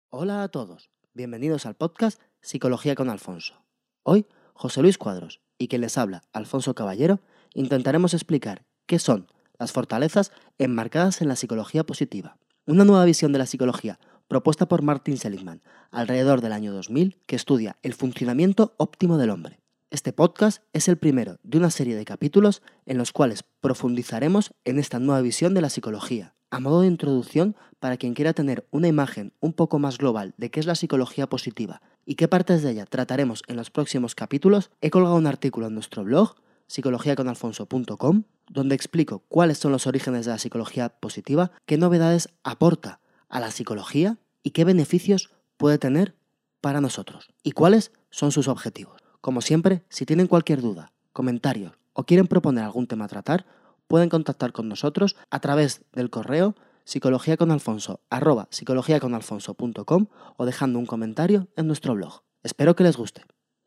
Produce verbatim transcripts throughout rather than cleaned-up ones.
Hola a todos, bienvenidos al podcast Psicología con Alfonso. Hoy, José Luis Cuadros y quien les habla, Alfonso Caballero, intentaremos explicar qué son las fortalezas enmarcadas en la psicología positiva, una nueva visión de la psicología propuesta por Martin Seligman alrededor del año dos mil que estudia el funcionamiento óptimo del hombre. Este podcast es el primero de una serie de capítulos en los cuales profundizaremos en esta nueva visión de la psicología. A modo de introducción, para quien quiera tener una imagen un poco más global de qué es la psicología positiva y qué partes de ella trataremos en los próximos capítulos, he colgado un artículo en nuestro blog, psicología con alfonso punto com, donde explico cuáles son los orígenes de la psicología positiva, qué novedades aporta a la psicología y qué beneficios puede tener para nosotros y cuáles son sus objetivos. Como siempre, si tienen cualquier duda, comentario o quieren proponer algún tema a tratar, pueden contactar con nosotros a través del correo psicologiaconalfonso arroba psicologiaconalfonso punto com o dejando un comentario en nuestro blog. Espero que les guste.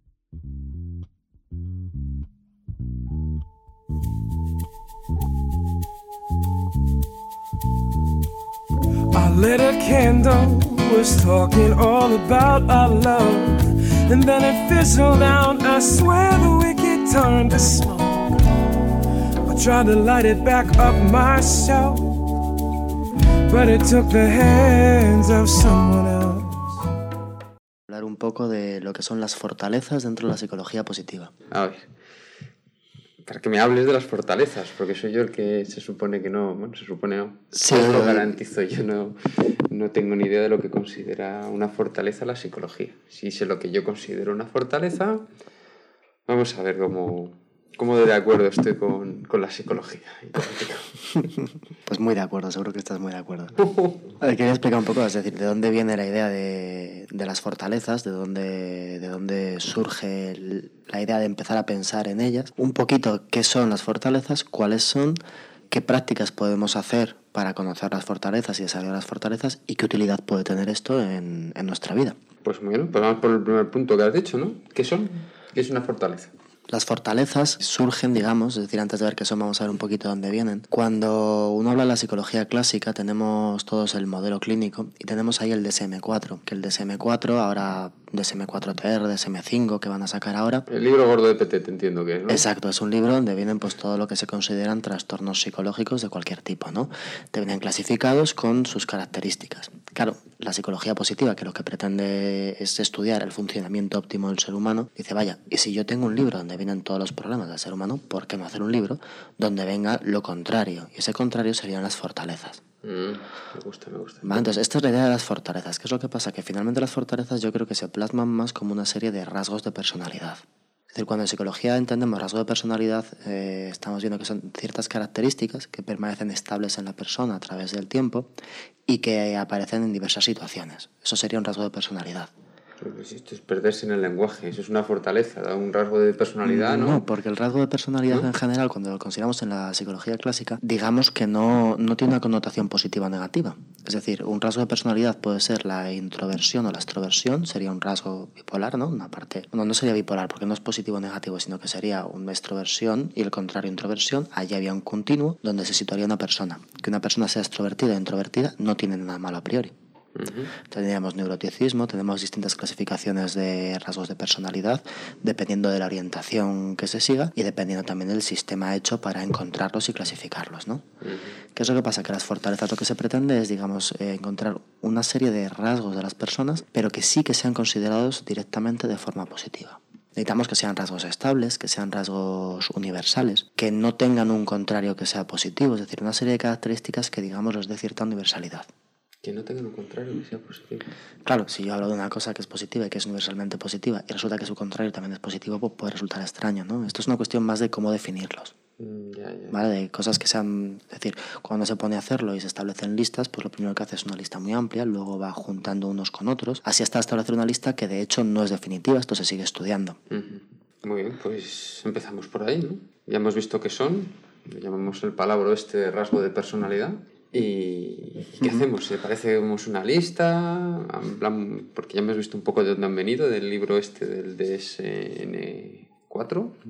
I lit a candle, was talking all about our love, and then it fizzled out. I swear the wicked turned to smoke. I tried to light it back up myself, but it took the hands of someone else. Hablar un poco de lo que son las fortalezas dentro de la psicología positiva. A ver, para que me hables de las fortalezas, porque soy yo el que se supone que no, bueno, se supone no, Sí, os lo eh, garantizo, yo no, no tengo ni idea de lo que considera una fortaleza la psicología. Si sé lo que yo considero una fortaleza, vamos a ver cómo, cómo de acuerdo estoy con, con la psicología. Pues muy de acuerdo, seguro que estás muy de acuerdo. A ver, quería explicar un poco, es decir, de dónde viene la idea de, de las fortalezas, de dónde, de dónde surge el- la idea de empezar a pensar en ellas. Un poquito qué son las fortalezas, cuáles son, qué prácticas podemos hacer para conocer las fortalezas y desarrollar las fortalezas y qué utilidad puede tener esto en, en nuestra vida. Pues muy bien, pues vamos por el primer punto que has dicho, ¿no? ¿Qué son? ¿Qué es una fortaleza? Las fortalezas surgen, digamos, es decir, antes de ver qué son, vamos a ver un poquito de dónde vienen. Cuando uno habla de la psicología clásica, tenemos todos el modelo clínico y tenemos ahí el D S M cuatro, que el D S M cuatro, ahora D S M cuatro T R, D S M cinco, que van a sacar ahora. El libro gordo de P T, te entiendo que es, ¿no? Exacto, es un libro donde vienen pues todo lo que se consideran trastornos psicológicos de cualquier tipo, ¿no? Te vienen clasificados con sus características. Claro, la psicología positiva, que lo que pretende es estudiar el funcionamiento óptimo del ser humano, dice, vaya, y si yo tengo un libro donde vienen todos los problemas del ser humano, ¿por qué no hacer un libro donde venga lo contrario? Y ese contrario serían las fortalezas. Mm, me gusta, me gusta. Vale, entonces, esta es la idea de las fortalezas. ¿Qué es lo que pasa? Que finalmente las fortalezas yo creo que se plasman más como una serie de rasgos de personalidad. Es decir, cuando en psicología entendemos rasgo de personalidad, eh, estamos viendo que son ciertas características que permanecen estables en la persona a través del tiempo y que aparecen en diversas situaciones. Eso sería un rasgo de personalidad. Pues esto es perderse en el lenguaje, eso es una fortaleza, da un rasgo de personalidad, ¿no? No, porque el rasgo de personalidad ¿No? en general, cuando lo consideramos en la psicología clásica, digamos que no, no tiene una connotación positiva o negativa. Es decir, un rasgo de personalidad puede ser la introversión o la extroversión, sería un rasgo bipolar, ¿no? Una parte, no, no sería bipolar porque no es positivo o negativo, sino que sería una extroversión y el contrario introversión. Allí había un continuo donde se situaría una persona. Que una persona sea extrovertida o introvertida no tiene nada malo a priori. Uh-huh. Tenemos neuroticismo, tenemos distintas clasificaciones de rasgos de personalidad dependiendo de la orientación que se siga y dependiendo también del sistema hecho para encontrarlos y clasificarlos, ¿no? Uh-huh. ¿Qué es lo que pasa? Que las fortalezas lo que se pretende es, digamos, eh, encontrar una serie de rasgos de las personas, pero que sí que sean considerados directamente de forma positiva. Necesitamos que sean rasgos estables, que sean rasgos universales, que no tengan un contrario que sea positivo, es decir, una serie de características que, digamos, les dé cierta universalidad. Que no tengan un contrario que sea positivo. Claro, si yo hablo de una cosa que es positiva y que es universalmente positiva y resulta que su contrario también es positivo, pues puede resultar extraño, ¿no? Esto es una cuestión más de cómo definirlos, Mm, ya, ya. ¿vale? De cosas que sean... Es decir, cuando se pone a hacerlo y se establecen listas, pues lo primero que hace es una lista muy amplia, luego va juntando unos con otros, así hasta establecer una lista que de hecho no es definitiva, esto se sigue estudiando. Uh-huh. Muy bien, pues empezamos por ahí, ¿no? Ya hemos visto qué son, le llamamos el palabra este rasgo de personalidad. ¿Y qué hacemos? ¿Se parece como es una lista? Hablamos, porque ya hemos visto un poco de dónde han venido, del libro este del D S M cuatro.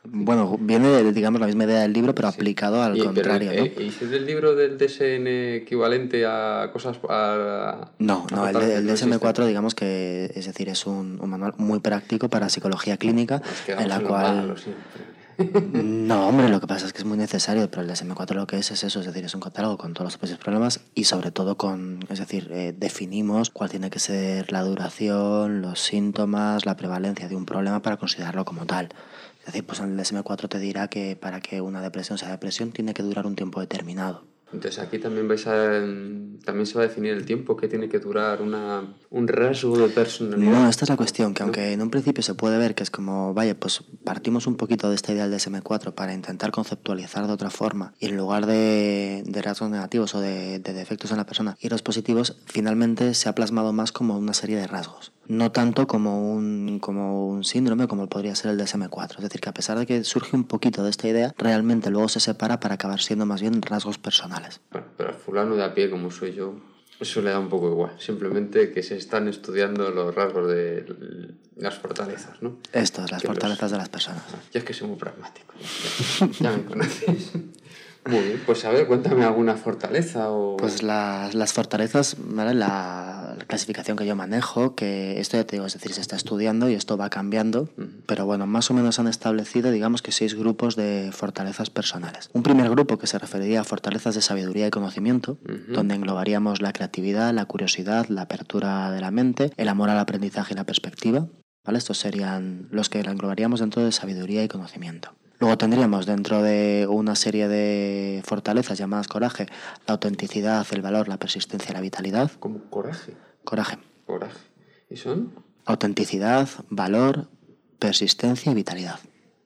Bueno, viene, de, digamos, la misma idea del libro, pero Sí. aplicado al Y, pero, contrario, ¿no? eh, ¿y si es el libro del D S N equivalente a cosas... a, No, a no, el, fortalezas? de- el No D S M cuatro existe. digamos que, es decir, es un, un manual muy práctico para psicología clínica, Nos en quedamos la en lo cual... malo siempre. No, hombre, lo que pasa es que es muy necesario, pero el D S M cuatro lo que es es eso, es decir, es un catálogo con todos los posibles problemas y sobre todo con, es decir, eh, definimos cuál tiene que ser la duración, los síntomas, la prevalencia de un problema para considerarlo como tal. Es decir, pues en el D S M cuatro te dirá que para que una depresión sea depresión tiene que durar un tiempo determinado. Entonces aquí también vais a también se va a definir el tiempo que tiene que durar una, un rasgo de personalidad. No, esta es la cuestión, que ¿No? aunque en un principio se puede ver que es como, vaya, pues partimos un poquito de esta idea del D S M cuatro para intentar conceptualizar de otra forma y en lugar de, de rasgos negativos o de, de defectos en la persona y los positivos, finalmente se ha plasmado más como una serie de rasgos, no tanto como un, como un síndrome como podría ser el D S M cuatro. Es decir, que a pesar de que surge un poquito de esta idea, realmente luego se separa para acabar siendo más bien rasgos personales. Bueno, pero al fulano de a pie como soy yo, eso le da un poco igual. Simplemente que se están estudiando los rasgos de las fortalezas, ¿no? Esto es, las Que fortalezas los... de las personas. Yo es que soy muy pragmático. Ya, ya me conoces. Muy bien, pues a ver, cuéntame alguna fortaleza o... Pues las, las fortalezas, ¿vale? La, la clasificación que yo manejo, que esto ya te digo, es decir, se está estudiando y esto va cambiando, uh-huh. Pero bueno, más o menos han establecido, digamos que seis grupos de fortalezas personales. Un primer grupo que se referiría a fortalezas de sabiduría y conocimiento, uh-huh. Donde englobaríamos la creatividad, la curiosidad, la apertura de la mente, el amor al aprendizaje y la perspectiva, ¿vale? Estos serían los que la englobaríamos dentro de sabiduría y conocimiento. Luego tendríamos dentro de una serie de fortalezas llamadas coraje, la autenticidad, el valor, la persistencia y la vitalidad. ¿Cómo coraje? Coraje. Coraje. ¿Y son? Autenticidad, valor, persistencia y vitalidad.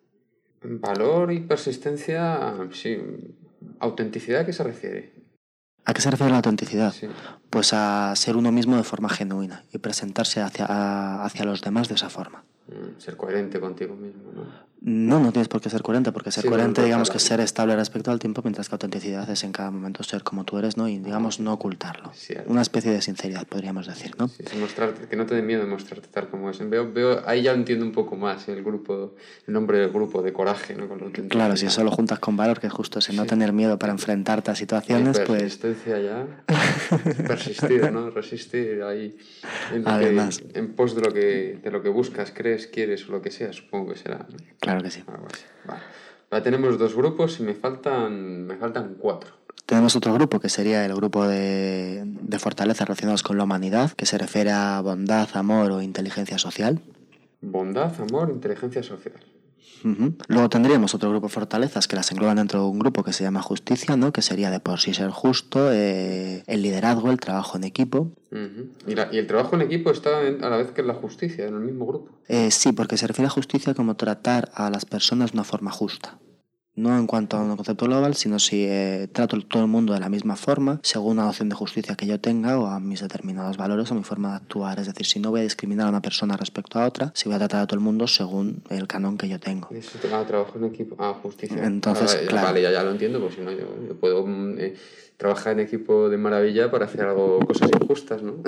Valor y persistencia, sí. ¿Autenticidad a qué se refiere? ¿A qué se refiere la autenticidad? Sí. Pues a ser uno mismo de forma genuina y presentarse hacia, a, hacia los demás de esa forma. Ser coherente contigo mismo, ¿no? No, no tienes por qué ser coherente, porque ser sí, coherente, no, digamos claro. que es ser estable respecto al tiempo, mientras que autenticidad es en cada momento ser como tú eres, ¿no? Y digamos no ocultarlo. Cierto. Una especie de sinceridad, podríamos decir, ¿no? Sí, sí, mostrarte, que no te dé miedo mostrarte tal como es. Veo, veo, ahí ya entiendo un poco más el grupo, el nombre del grupo de coraje, ¿no? Con la claro, si eso lo juntas con valor, que es justo ese sí. No tener miedo para enfrentarte a situaciones, pues... Persistencia ya, persistir, ¿no? Resistir ahí en, lo Además. Que, en pos de lo, que, de lo que buscas, crees, quieres o lo que sea, supongo que será, ¿no? Claro que sí. Algo así. Vale. Ahora tenemos dos grupos y me faltan, me faltan cuatro. Tenemos otro grupo que sería el grupo de, de fortalezas relacionadas con la humanidad, que se refiere a bondad, amor o inteligencia social. Bondad, amor, inteligencia social. Uh-huh. Luego tendríamos otro grupo de fortalezas que las engloban dentro de un grupo que se llama justicia, ¿no? Que sería de por sí ser justo, eh, el liderazgo, el trabajo en equipo. Uh-huh. ¿Y, la, ¿Y el trabajo en equipo está en, a la vez que la justicia, en el mismo grupo? Eh, sí, porque se refiere a justicia como tratar a las personas de una forma justa. No en cuanto a un concepto global, sino si eh, trato a todo el mundo de la misma forma, según una noción de justicia que yo tenga o a mis determinados valores o mi forma de actuar. Es decir, si no voy a discriminar a una persona respecto a otra, si voy a tratar a todo el mundo según el canon que yo tengo. Eso, ah, trabajo en equipo, ah, justicia. Entonces, ah, claro. Vale, ya, ya lo entiendo, pues si no, yo, yo puedo eh, trabajar en equipo de maravilla para hacer algo, cosas injustas, ¿no?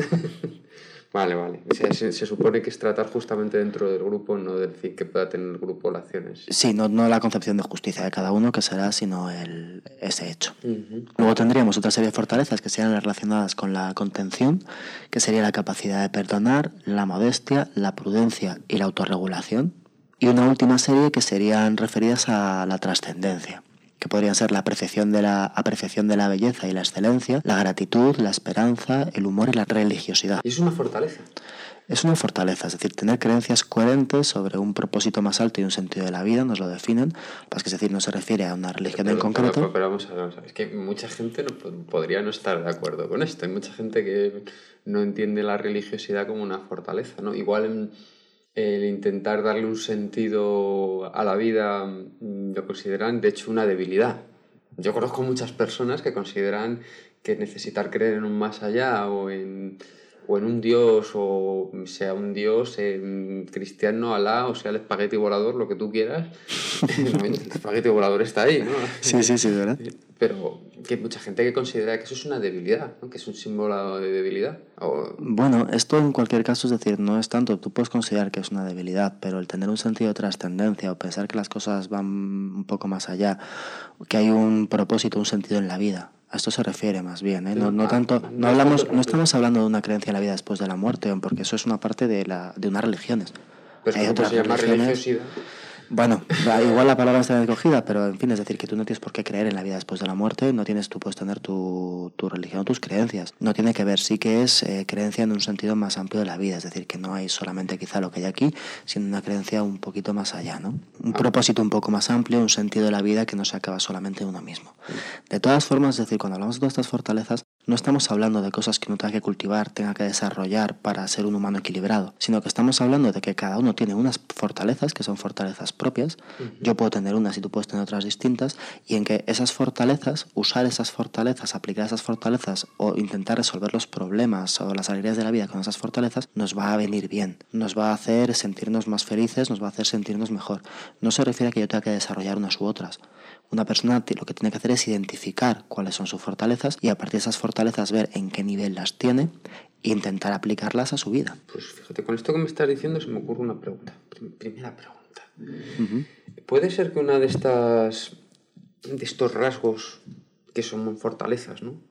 Vale, vale. O sea, se, se supone que es tratar justamente dentro del grupo, no decir que pueda tener el grupo acciones. Sí, no, no la concepción de justicia de cada uno que será, sino el, ese hecho. Uh-huh. Luego tendríamos otra serie de fortalezas que serían relacionadas con la contención, que sería la capacidad de perdonar, la modestia, la prudencia y la autorregulación. Y una última serie que serían referidas a la trascendencia, que podrían ser la apreciación de la apreciación de la belleza y la excelencia, la gratitud, la esperanza, el humor y la religiosidad. ¿Y es una fortaleza? Es una fortaleza, es decir, tener creencias coherentes sobre un propósito más alto y un sentido de la vida, nos lo definen, pues que es decir, no se refiere a una religión pero, en concreto. Pero, pero vamos a ver, es que mucha gente no, podría no estar de acuerdo con esto, hay mucha gente que no entiende la religiosidad como una fortaleza, ¿no? Igual en, el intentar darle un sentido a la vida lo consideran de hecho una debilidad. Yo conozco muchas personas que consideran que necesitar creer en un más allá o en, o en un dios, o sea un dios en cristiano, Alá, o sea el espagueti volador, lo que tú quieras. El espagueti volador está ahí, ¿no? Sí, sí, sí, ¿verdad? Pero que hay mucha gente que considera que eso es una debilidad, ¿no? Que es un símbolo de debilidad. O... Bueno, esto en cualquier caso, es decir, no es tanto, tú puedes considerar que es una debilidad, pero el tener un sentido de trascendencia o pensar que las cosas van un poco más allá, que hay un propósito, un sentido en la vida, a esto se refiere más bien, ¿eh? No, no tanto, no hablamos, no estamos hablando de una creencia en la vida después de la muerte, porque eso es una parte de la de unas religiones. Pues hay otras se llama religiosidad. Bueno, igual la palabra está escogida, pero en fin, es decir, que tú no tienes por qué creer en la vida después de la muerte, no tienes, tú puedes tener tu, tu religión, tus creencias. No tiene que ver, sí que es eh, creencia en un sentido más amplio de la vida, es decir, que no hay solamente quizá lo que hay aquí, sino una creencia un poquito más allá, ¿no? Un propósito un poco más amplio, un sentido de la vida que no se acaba solamente en uno mismo. De todas formas, es decir, cuando hablamos de todas estas fortalezas, no estamos hablando de cosas que uno tenga que cultivar, tenga que desarrollar para ser un humano equilibrado, sino que estamos hablando de que cada uno tiene unas fortalezas, que son fortalezas propias, uh-huh. Yo puedo tener unas y tú puedes tener otras distintas, y en que esas fortalezas, usar esas fortalezas, aplicar esas fortalezas o intentar resolver los problemas o las alegrías de la vida con esas fortalezas, nos va a venir bien, nos va a hacer sentirnos más felices, nos va a hacer sentirnos mejor. No se refiere a que yo tenga que desarrollar unas u otras. Una persona lo que tiene que hacer es identificar cuáles son sus fortalezas y a partir de esas fortalezas ver en qué nivel las tiene e intentar aplicarlas a su vida. Pues fíjate, con esto que me estás diciendo se me ocurre una pregunta. Primera pregunta. Uh-huh. ¿Puede ser que una de estas de estos rasgos que son fortalezas, ¿no?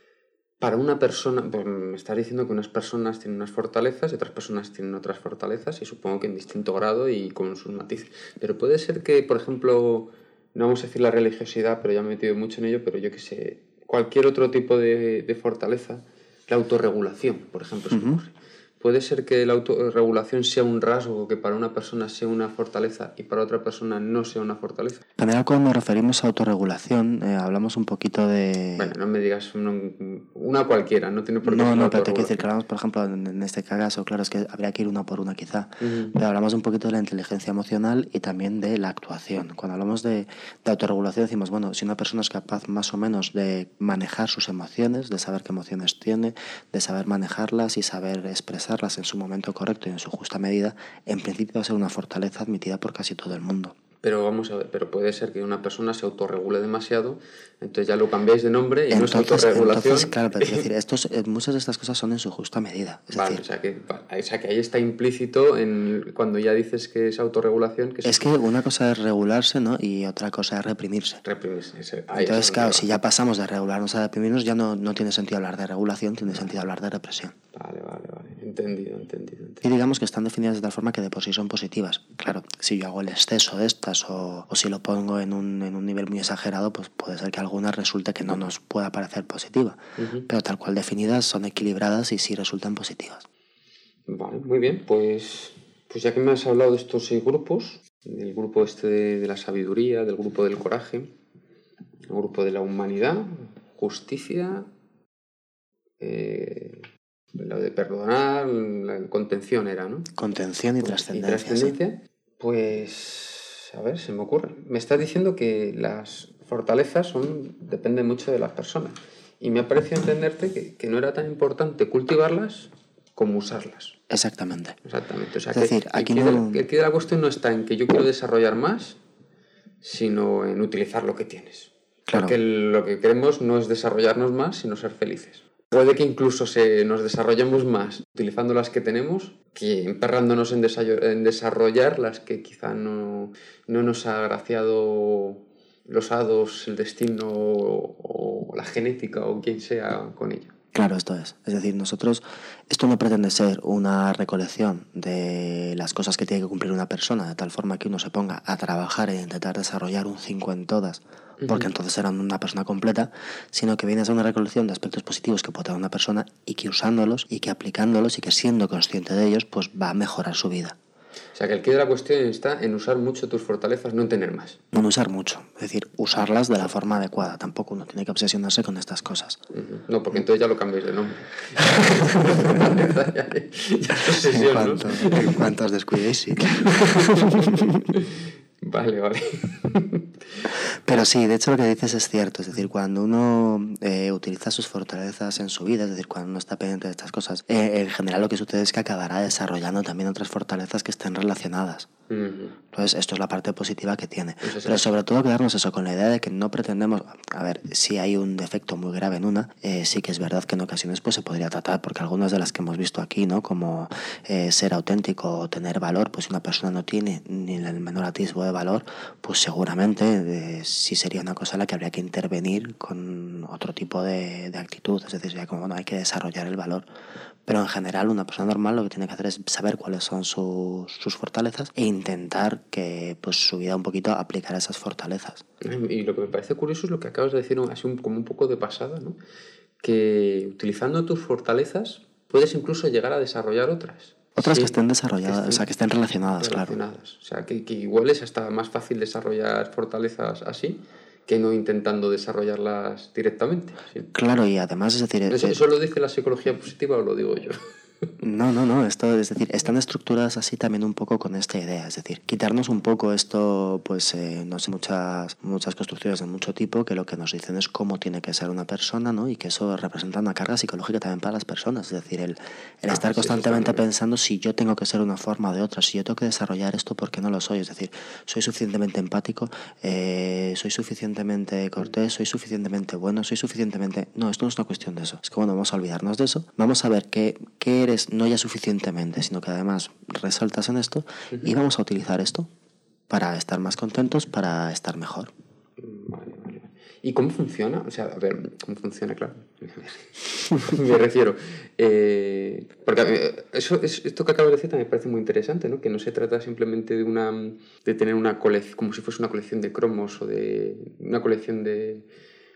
Para una persona, pues me estás diciendo que unas personas tienen unas fortalezas y otras personas tienen otras fortalezas y supongo que en distinto grado y con sus matices. Pero puede ser que, por ejemplo, no vamos a decir la religiosidad, pero ya me he metido mucho en ello, pero yo que sé, cualquier otro tipo de, de fortaleza, la autorregulación, por ejemplo, se me ocurre. ¿Puede ser que la autorregulación sea un rasgo que para una persona sea una fortaleza y para otra persona no sea una fortaleza? En general, cuando nos referimos a autorregulación, eh, hablamos un poquito de... Bueno, no me digas una, una cualquiera, no tiene por qué No, ser no, pero te quiero decir que hablamos, por ejemplo, en, en este caso, claro, es que habría que ir una por una quizá, uh-huh. Pero hablamos un poquito de la inteligencia emocional y también de la actuación. Cuando hablamos de, de autorregulación decimos, bueno, si una persona es capaz más o menos de manejar sus emociones, de saber qué emociones tiene, de saber manejarlas y saber expresarlas en su momento correcto y en su justa medida, en principio va a ser una fortaleza admitida por casi todo el mundo. Pero vamos a ver, pero puede ser que una persona se autorregule demasiado, entonces ya lo cambiáis de nombre y entonces, no es autorregulación. Entonces, claro, pero es decir, estos, muchas de estas cosas son en su justa medida. Es vale, decir, o sea, que, o sea que ahí está implícito en cuando ya dices que es autorregulación. Que es, es que una cosa es regularse, ¿no? Y otra cosa es reprimirse. Reprimirse. Ese, ahí entonces, claro, si ya pasamos de regularnos a reprimirnos, ya no, no tiene sentido hablar de regulación, tiene sentido hablar de represión. Vale, vale, vale. Entendido, entendido, entendido. Y digamos que están definidas de tal forma que de por sí son positivas. Claro, si yo hago el exceso de estas o, o si lo pongo en un, en un nivel muy exagerado, pues puede ser que alguna resulte que no nos pueda parecer positiva. Uh-huh. Pero tal cual definidas son equilibradas y sí resultan positivas. Vale, muy bien. Pues, pues ya que me has hablado de estos seis grupos, del grupo este de, de la sabiduría, del grupo del coraje, el grupo de la humanidad, justicia... Eh... Lo de perdonar, la contención era, ¿no? Contención y trascendencia. Y trascendencia, sí. Pues, a ver, se me ocurre. Me estás diciendo que las fortalezas son dependen mucho de las personas. Y me ha parecido entenderte que, que no era tan importante cultivarlas como usarlas. Exactamente. Exactamente. O sea, es que decir, aquí el, no... de, el que de la cuestión no está en que yo quiero desarrollar más, sino en utilizar lo que tienes. Claro. Porque lo que queremos no es desarrollarnos más, sino ser felices. Puede que incluso se nos desarrollemos más utilizando las que tenemos que emperrándonos en, desayo- en desarrollar las que quizá no, no nos ha agraciado los hados, el destino o, o la genética o quien sea con ella. Claro, esto es. Es decir, nosotros, esto no pretende ser una recolección de las cosas que tiene que cumplir una persona, de tal forma que uno se ponga a trabajar e intentar desarrollar un cinco en todas, porque uh-huh. entonces será una persona completa, sino que viene a ser una recolección de aspectos positivos que puede tener una persona y que usándolos y que aplicándolos y que siendo consciente de ellos, pues va a mejorar su vida. O sea, que el quid de la cuestión está en usar mucho tus fortalezas, no en tener más. No en usar mucho, es decir, usarlas de la forma adecuada. Tampoco uno tiene que obsesionarse con estas cosas. Uh-huh. No, porque entonces ya lo cambiáis de nombre. ya, ya, ya obsesión, en cuanto, ¿no? En cuanto os descuidéis, sí. Vale, vale. Pero sí, de hecho lo que dices es cierto, es decir, cuando uno eh, utiliza sus fortalezas en su vida, es decir, cuando uno está pendiente de estas cosas, eh, en general lo que sucede es que acabará desarrollando también otras fortalezas que estén relacionadas. Uh-huh. Entonces, esto es la parte positiva que tiene. Pues Pero sobre todo quedarnos eso con la idea de que no pretendemos, a ver, si hay un defecto muy grave en una, eh, sí que es verdad que en ocasiones pues se podría tratar, porque algunas de las que hemos visto aquí, ¿no? Como eh, ser auténtico o tener valor, pues si una persona no tiene ni el menor atisbo de valor, pues seguramente eh, sí sería una cosa en la que habría que intervenir con otro tipo de, de actitud, es decir, sería como, bueno, hay que desarrollar el valor. Pero en general una persona normal lo que tiene que hacer es saber cuáles son sus, sus fortalezas e intentar que pues su vida un poquito aplicar esas fortalezas. Y lo que me parece curioso es lo que acabas de decir, así un, como un poco de pasada, ¿no? Que utilizando tus fortalezas puedes incluso llegar a desarrollar otras. Otras sí, que estén desarrolladas, que estén, o sea, que estén relacionadas, relacionadas. claro. O sea, que, que igual es hasta más fácil desarrollar fortalezas así que no intentando desarrollarlas directamente. ¿Sí? Claro, y además, es decir... ¿Eso, ¿Eso lo dice la psicología positiva o lo digo yo? No, no, no, esto, es decir, están estructuradas así también un poco con esta idea, es decir, quitarnos un poco esto, pues, eh, no sé, muchas, muchas construcciones de mucho tipo que lo que nos dicen es cómo tiene que ser una persona, ¿no? Y que eso representa una carga psicológica también para las personas, es decir, el, el ah, estar sí, constantemente pensando si yo tengo que ser una forma o de otra, si yo tengo que desarrollar esto, ¿por qué no lo soy? Es decir, soy suficientemente empático, eh, soy suficientemente cortés, soy suficientemente bueno, soy suficientemente... No, esto no es una cuestión de eso, es que bueno, vamos a olvidarnos de eso, vamos a ver qué, qué eres no ya suficientemente, sino que además resaltas en esto uh-huh. y vamos a utilizar esto para estar más contentos, para estar mejor. Vale, vale. ¿Y cómo funciona? O sea, a ver, ¿cómo funciona? Claro. Me refiero. Eh, porque eso, esto que acabas de decir también me parece muy interesante, ¿no? Que no se trata simplemente de una de tener una colección, como si fuese una colección de cromos o de una colección de,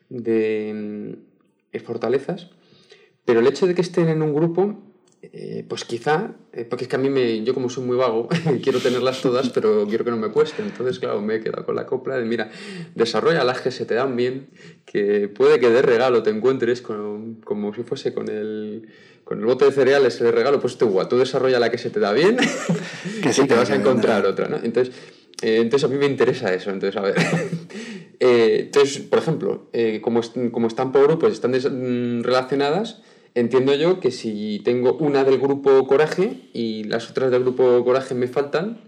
de, de fortalezas, pero el hecho de que estén en un grupo... Eh, pues quizá, eh, porque es que a mí me, yo como soy muy vago quiero tenerlas todas pero quiero que no me cueste, entonces claro me he quedado con la copla de mira, desarrolla las que se te dan bien, que puede que de regalo te encuentres con, como si fuese con el con el bote de cereales de regalo, pues tú igual, tú desarrolla la que se te da bien que sí, y te vas a encontrar otra, ¿no? Entonces, eh, entonces a mí me interesa eso, entonces a ver eh, entonces por ejemplo eh, como, est- como están por grupos, están des- relacionadas. Entiendo yo que si tengo una del grupo Coraje y las otras del grupo Coraje me faltan,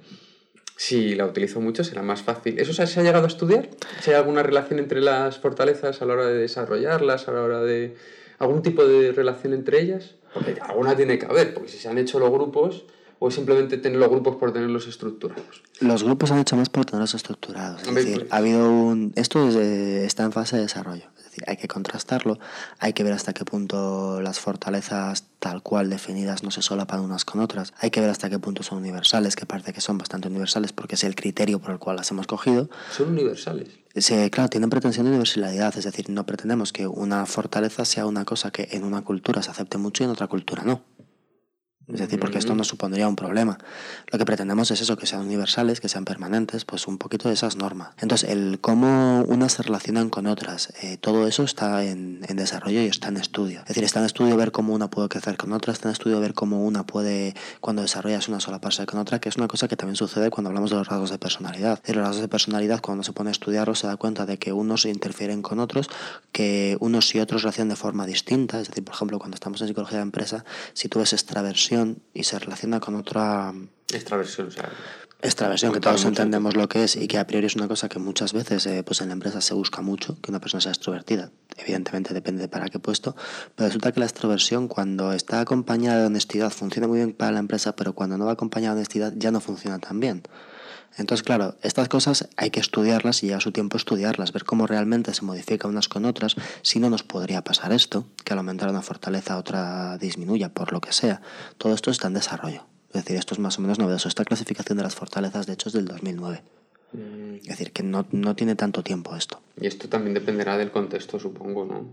si la utilizo mucho será más fácil. ¿Eso se ha llegado a estudiar? ¿Si hay alguna relación entre las fortalezas a la hora de desarrollarlas, a la hora de... algún tipo de relación entre ellas? Porque alguna tiene que haber, porque si se han hecho los grupos... ¿O es simplemente tener los grupos por tenerlos estructurados? Los grupos se han hecho más por tenerlos estructurados. Es Hombre, decir, pues... ha habido un... Esto es, eh, está en fase de desarrollo. Es decir, hay que contrastarlo, hay que ver hasta qué punto las fortalezas tal cual definidas no se solapan unas con otras. Hay que ver hasta qué punto son universales, que parece que son bastante universales porque es el criterio por el cual las hemos cogido. ¿Son universales? Sí, claro, tienen pretensión de universalidad. Es decir, no pretendemos que una fortaleza sea una cosa que en una cultura se acepte mucho y en otra cultura no. Es decir, porque esto no supondría un problema. Lo que pretendemos es eso, que sean universales, que sean permanentes, pues un poquito de esas normas. Entonces, el cómo unas se relacionan con otras, eh, todo eso está en, en desarrollo y está en estudio. Es decir, está en estudio ver cómo una puede crecer con otra, está en estudio ver cómo una puede, cuando desarrollas una sola parte con otra, que es una cosa que también sucede cuando hablamos de los rasgos de personalidad. Es decir, los rasgos de personalidad, cuando se pone a estudiarlos, se da cuenta de que unos interfieren con otros, que unos y otros reaccionan de forma distinta. Es decir, por ejemplo, cuando estamos en psicología de empresa, si tú ves extraversión y se relaciona con otra extraversión, o sea, extraversión, que todos entendemos lo que es y que a priori es una cosa que muchas veces eh, pues en la empresa se busca mucho, que una persona sea extrovertida. Evidentemente depende de para qué puesto, pero resulta que la extroversión, cuando está acompañada de honestidad, funciona muy bien para la empresa, pero cuando no va acompañada de honestidad ya no funciona tan bien. Entonces, claro, estas cosas hay que estudiarlas y lleva su tiempo estudiarlas, ver cómo realmente se modifican unas con otras. Si no, nos podría pasar esto, que al aumentar una fortaleza otra disminuya, por lo que sea. Todo esto está en desarrollo. Es decir, esto es más o menos novedoso. Esta clasificación de las fortalezas, de hecho, es del dos mil nueve. Mm. Es decir, que no, no tiene tanto tiempo esto. Y esto también dependerá del contexto, supongo, ¿no?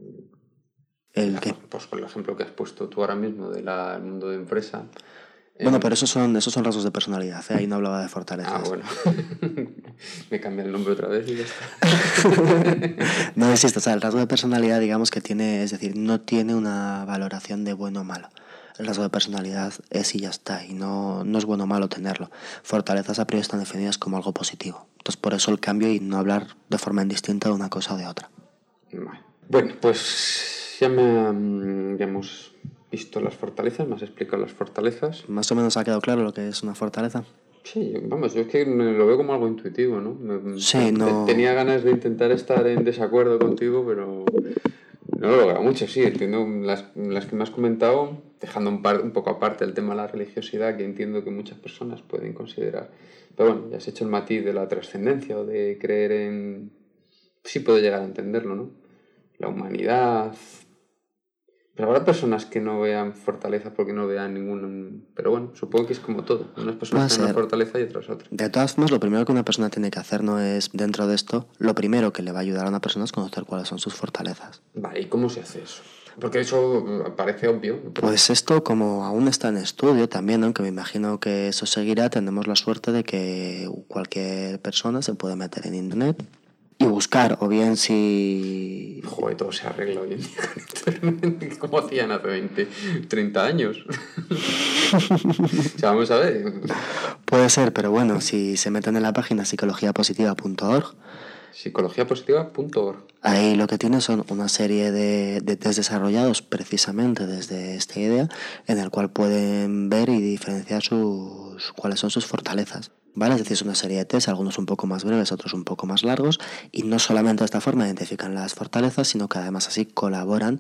¿El qué? Pues por el ejemplo que has puesto tú ahora mismo del mundo de empresa. Bueno, pero esos son, esos son rasgos de personalidad, ¿eh? Ahí no hablaba de fortalezas. Ah, bueno. Me cambia el nombre otra vez y ya está. No existe, o sea, el rasgo de personalidad, digamos que tiene, es decir, no tiene una valoración de bueno o malo. El rasgo de personalidad es y ya está, y no, no es bueno o malo tenerlo. Fortalezas a priori están definidas como algo positivo. Entonces por eso el cambio y no hablar de forma indistinta de una cosa o de otra. Vale. Bueno, pues ya, me, ya hemos visto las fortalezas, me has explicado las fortalezas. ¿Más o menos ha quedado claro lo que es una fortaleza? Sí, vamos, yo es que me lo veo como algo intuitivo, ¿no? Me, Sí, no... Tenía ganas de intentar estar en desacuerdo contigo, pero no lo he logrado mucho, sí, entiendo las, las que me has comentado, dejando un, par, un poco aparte el tema de la religiosidad, que entiendo que muchas personas pueden considerar. Pero bueno, ya has hecho el matiz de la trascendencia o de creer en... Sí puedo llegar a entenderlo, ¿no? La humanidad... Pero habrá personas que no vean fortaleza porque no vean ningún... Pero bueno, supongo que es como todo. Unas personas tienen una fortaleza y otras otra. De todas formas, lo primero que una persona tiene que hacer no es, dentro de esto, lo primero que le va a ayudar a una persona es conocer cuáles son sus fortalezas. Vale, ¿y cómo se hace eso? Porque eso parece obvio. Pues esto, como aún está en estudio también, aunque me imagino que eso seguirá, tenemos la suerte de que cualquier persona se puede meter en internet y buscar, o bien si... Joder, todo se arregla hoy en día con internet, como hacían hace veinte, treinta años. O sea, vamos a ver. Puede ser, pero bueno, si se meten en la página psicología positiva punto org, psicología positiva punto org, ahí lo que tiene son una serie de, de test desarrollados precisamente desde esta idea, en el cual pueden ver y diferenciar sus cuáles son sus fortalezas. ¿Vale? Es decir, es una serie de test, algunos un poco más breves, otros un poco más largos, y no solamente de esta forma identifican las fortalezas, sino que además así colaboran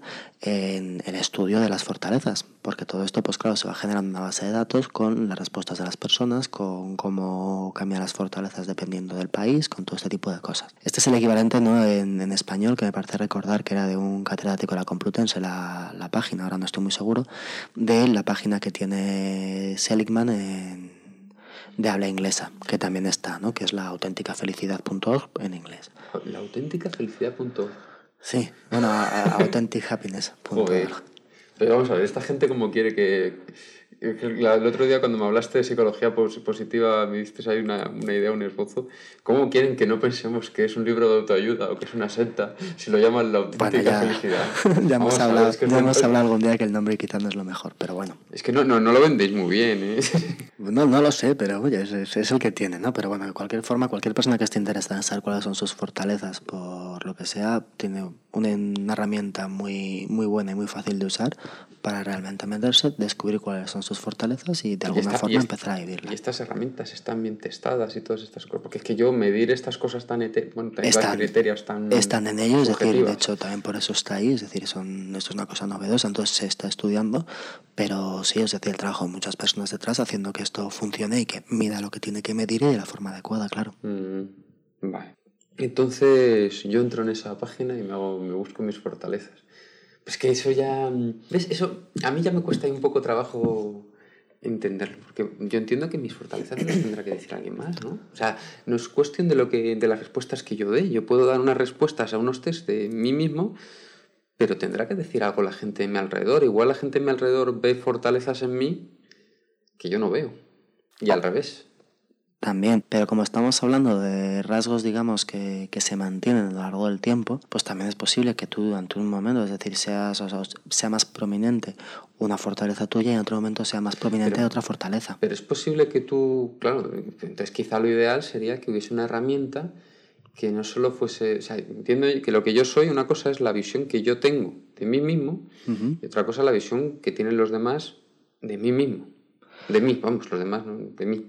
en el estudio de las fortalezas, porque todo esto, pues claro, se va generando una base de datos con las respuestas de las personas, con cómo cambian las fortalezas dependiendo del país, con todo este tipo de cosas. Este es el equivalente, ¿no?, en, en español, que me parece recordar que era de un catedrático de la Complutense, la, la página, ahora no estoy muy seguro, de la página que tiene Seligman en de habla inglesa, que también está, ¿no?, que es la auténtica felicidad punto org en inglés. La auténtica felicidad punto org. Sí, bueno, authentic happiness punto org. Pero vamos a ver, esta gente como quiere que... El otro día cuando me hablaste de psicología positiva me diste ahí una, una idea, un esbozo. ¿Cómo quieren que no pensemos que es un libro de autoayuda o que es una secta si lo llaman la auténtica bueno, ya, felicidad? Ya hemos, hablado, es que ya hemos hablado algún día que el nombre quizás no es lo mejor, pero bueno. Es que no, no, no lo vendéis muy bien, ¿eh? No, no lo sé, pero oye, es, es, es el que tiene, ¿no? Pero bueno, de cualquier forma, cualquier persona que esté interesada en saber cuáles son sus fortalezas, por lo que sea, tiene una, una herramienta muy, muy buena y muy fácil de usar para realmente meterse, descubrir cuáles son sus fortalezas y de alguna esta, forma y empezar a vivirlas. Y estas herramientas están bien testadas y todas estas cosas, porque es que yo medir estas cosas tan, ete, bueno, tan están, criterios tan están en ellos, es decir, de hecho también por eso está ahí, es decir, son, esto es una cosa novedosa, entonces se está estudiando, pero sí, es decir, el trabajo de muchas personas detrás haciendo que esto funcione y que mida lo que tiene que medir y de la forma adecuada, claro. Mm, vale. Entonces yo entro en esa página y me, hago, me busco mis fortalezas. Pues que eso ya... ¿Ves? Eso a mí ya me cuesta un poco trabajo entenderlo, porque yo entiendo que mis fortalezas me las tendrá que decir alguien más, ¿no? O sea, no es cuestión de, lo que, de las respuestas que yo dé. Yo puedo dar unas respuestas a unos test de mí mismo, pero tendrá que decir algo la gente de mi alrededor. Igual la gente de mi alrededor ve fortalezas en mí que yo no veo. Y al revés. También, pero como estamos hablando de rasgos, digamos, que, que se mantienen a lo largo del tiempo, pues también es posible que tú durante un momento, es decir, seas, o sea, sea más prominente una fortaleza tuya y en otro momento sea más prominente pero, otra fortaleza. Pero es posible que tú, claro, entonces quizá lo ideal sería que hubiese una herramienta que no solo fuese, o sea, entiendo que lo que yo soy, una cosa es la visión que yo tengo de mí mismo, uh-huh. y otra cosa es la visión que tienen los demás de mí mismo. De mí, vamos, los demás, ¿no? De mí.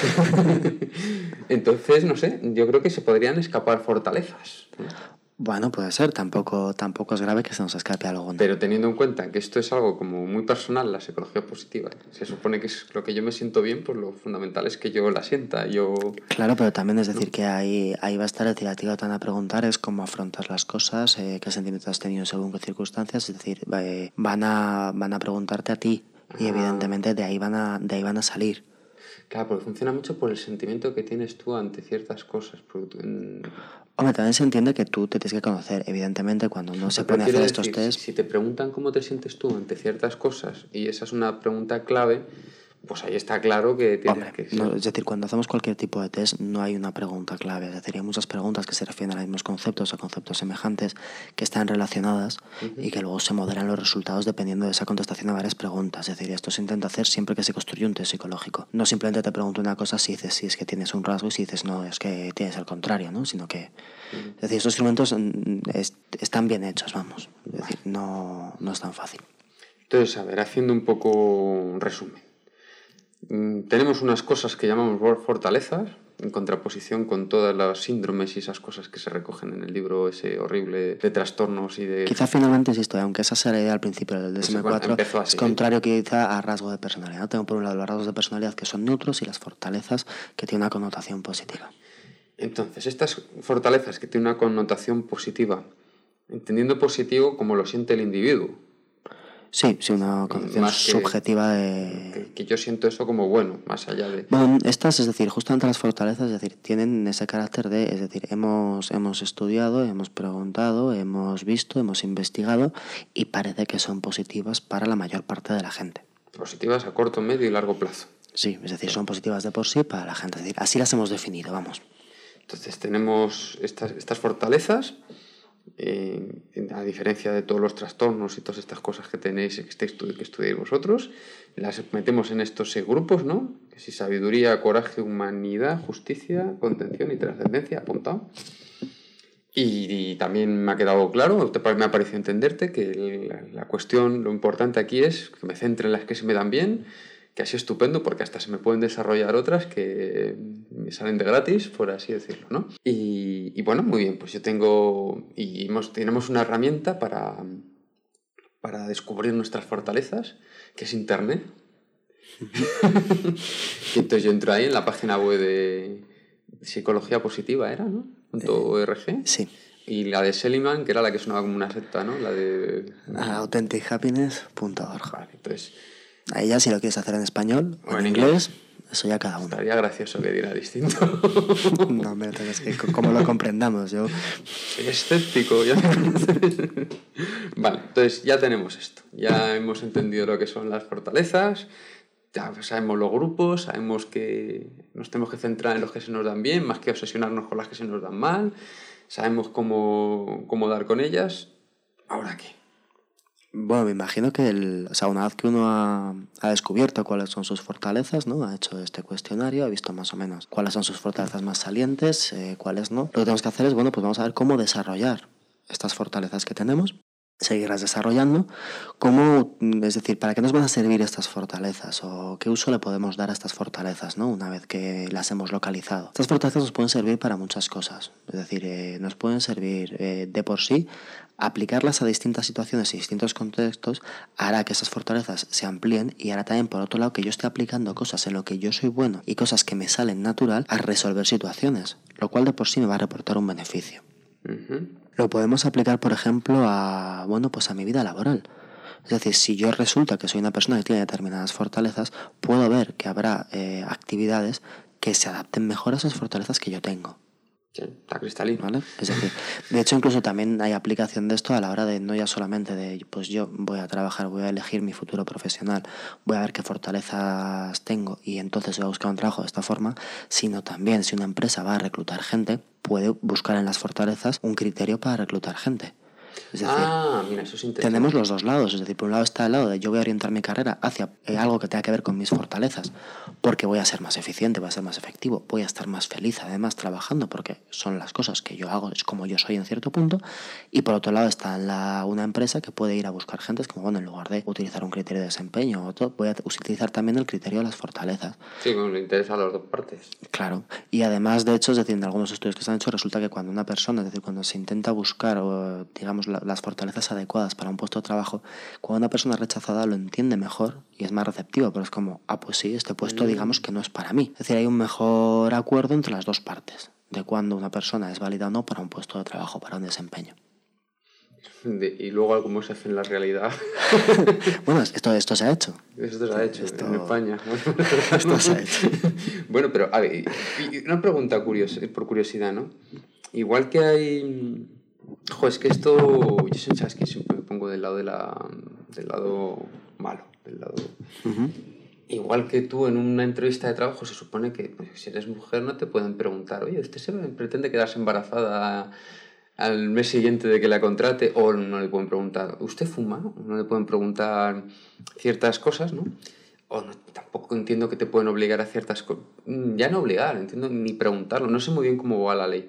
Entonces, no sé, yo creo que se podrían escapar fortalezas, ¿no? Bueno, puede ser, tampoco, tampoco es grave que se nos escape algo, ¿no? Pero teniendo en cuenta que esto es algo como muy personal, la psicología positiva, se supone que es lo que yo me siento bien, pues lo fundamental es que yo la sienta, yo... Claro, pero también es decir, ¿no?, que ahí, ahí va a estar, es decir, a ti lo que te van a preguntar es cómo afrontas las cosas, eh, qué sentimientos has tenido según qué circunstancias, es decir, eh, van, a, van a preguntarte a ti. Y evidentemente de ahí van a, de ahí van a salir. Claro, porque funciona mucho por el sentimiento que tienes tú ante ciertas cosas. Tú, en... Hombre, también se entiende que tú te tienes que conocer. Evidentemente, cuando uno se pone a hacer estos test... Si te preguntan cómo te sientes tú ante ciertas cosas, y esa es una pregunta clave, pues ahí está claro que tienes Hombre, que ser... no, es decir, cuando hacemos cualquier tipo de test no hay una pregunta clave, es decir, hay muchas preguntas que se refieren a los mismos conceptos o conceptos semejantes que están relacionadas uh-huh. y que luego se modelan los resultados dependiendo de esa contestación a varias preguntas. Es decir, esto se intenta hacer siempre que se construye un test psicológico. No simplemente te pregunto una cosa si dices si es que tienes un rasgo y si dices no, es que tienes el contrario, ¿no? Sino que, uh-huh. es decir, estos instrumentos es, están bien hechos, vamos. Es decir, no, no es tan fácil. Entonces, a ver, haciendo un poco un resumen. Tenemos unas cosas que llamamos fortalezas, en contraposición con todas las síndromes y esas cosas que se recogen en el libro ese horrible de trastornos y de... Quizá finalmente, insisto, aunque esa sea la idea al principio del D S M cuatro, pues bueno, es contrario quizá a rasgo de personalidad. ¿No? Tengo por un lado los rasgos de personalidad que son neutros y las fortalezas que tienen una connotación positiva. Entonces, estas fortalezas que tienen una connotación positiva, entendiendo positivo como lo siente el individuo. Sí, sí, una concepción subjetiva de... Que, que yo siento eso como bueno, más allá de... Bueno, estas, es decir, justamente las fortalezas, es decir, tienen ese carácter de, es decir, hemos, hemos estudiado, hemos preguntado, hemos visto, hemos investigado y parece que son positivas para la mayor parte de la gente. Positivas a corto, medio y largo plazo. Sí, es decir, son positivas de por sí para la gente, es decir, así las hemos definido, vamos. Entonces tenemos estas, estas fortalezas... Eh, a diferencia de todos los trastornos y todas estas cosas que tenéis que, estu- que estudiáis vosotros, las metemos en estos seis grupos, ¿no? Que si sabiduría, coraje, humanidad, justicia, contención y trascendencia, apuntado. Y, y también me ha quedado claro, me ha parecido entenderte que la, la cuestión, lo importante aquí es que me centre en las que se me dan bien, que así estupendo, porque hasta se me pueden desarrollar otras que me salen de gratis, por así decirlo, ¿no? Y, y bueno, muy bien, pues yo tengo... Y hemos, tenemos una herramienta para, para descubrir nuestras fortalezas, que es Internet. Y entonces yo entro ahí en la página web de Psicología Positiva, ¿era, no? .org. Sí. Y la de Seligman, que era la que sonaba como una secta, ¿no? La de... authentic happiness punto org. Vale, entonces... Ahí ya si lo quieres hacer en español o, o en inglés, eso ya cada uno. Estaría gracioso que diera distinto. No, hombre, es que como lo comprendamos, yo... Soy escéptico. Ya... Vale, entonces ya tenemos esto. Ya hemos entendido lo que son las fortalezas, ya sabemos los grupos, sabemos que nos tenemos que centrar en los que se nos dan bien, más que obsesionarnos con las que se nos dan mal, sabemos cómo, cómo dar con ellas. ¿Ahora qué? Bueno, me imagino que el, o sea, una vez que uno ha, ha descubierto cuáles son sus fortalezas, ¿no? Ha hecho este cuestionario, ha visto más o menos cuáles son sus fortalezas más salientes, eh, cuáles no. Lo que tenemos que hacer es, bueno, pues vamos a ver cómo desarrollar estas fortalezas que tenemos, seguirlas desarrollando, cómo, es decir, para qué nos van a servir estas fortalezas o qué uso le podemos dar a estas fortalezas, ¿no? Una vez que las hemos localizado. Estas fortalezas nos pueden servir para muchas cosas, es decir, eh, nos pueden servir eh, de por sí. Aplicarlas a distintas situaciones y distintos contextos hará que esas fortalezas se amplíen y hará también, por otro lado, que yo esté aplicando cosas en lo que yo soy bueno y cosas que me salen natural a resolver situaciones, lo cual de por sí me va a reportar un beneficio. Uh-huh. Lo podemos aplicar, por ejemplo, a, bueno, pues a mi vida laboral. Es decir, si yo resulta que soy una persona que tiene determinadas fortalezas, puedo ver que habrá eh, actividades que se adapten mejor a esas fortalezas que yo tengo. Sí, está cristalino. ¿Vale? Es decir, de hecho incluso también hay aplicación de esto a la hora de no ya solamente de pues yo voy a trabajar, voy a elegir mi futuro profesional, voy a ver qué fortalezas tengo y entonces voy a buscar un trabajo de esta forma, sino también si una empresa va a reclutar gente, puede buscar en las fortalezas un criterio para reclutar gente. Es decir, ah, mira, eso es interesante. Tenemos los dos lados, es decir, por un lado está el lado de yo voy a orientar mi carrera hacia eh, algo que tenga que ver con mis fortalezas, porque voy a ser más eficiente, voy a ser más efectivo, voy a estar más feliz además trabajando, porque son las cosas que yo hago, es como yo soy en cierto punto, y por otro lado está la, una empresa que puede ir a buscar gente, es como, bueno, en lugar de utilizar un criterio de desempeño, otro, voy a utilizar también el criterio de las fortalezas. Sí, como le interesa a las dos partes. Claro, y además, de hecho, es decir, en algunos estudios que se han hecho, resulta que cuando una persona, es decir, cuando se intenta buscar, o, digamos, la, las fortalezas adecuadas para un puesto de trabajo, cuando una persona rechazada lo entiende mejor y es más receptivo, pero es como, ah, pues sí, este puesto, mm. digamos que no es para mí. Es decir, hay un mejor acuerdo entre las dos partes de cuando una persona es válida o no para un puesto de trabajo, para un desempeño. De, y luego cómo se hace en la realidad. Bueno, esto, esto se ha hecho. Esto se ha hecho esto... en España. Esto se ha hecho. Bueno, pero a ver, una pregunta curiosa, por curiosidad, ¿no? Igual que hay... Jo, es que esto... Yo sabes que siempre me pongo del lado de la, del lado malo, del lado... Uh-huh. igual que tú en una entrevista de trabajo, se supone que pues, si eres mujer no te pueden preguntar, oye, ¿usted se pretende quedarse embarazada al mes siguiente de que la contrate? O no le pueden preguntar, ¿usted fuma? No le pueden preguntar ciertas cosas, ¿no? O no, tampoco entiendo que te pueden obligar a ciertas cosas. Ya no obligar, entiendo, ni preguntarlo. No sé muy bien cómo va la ley.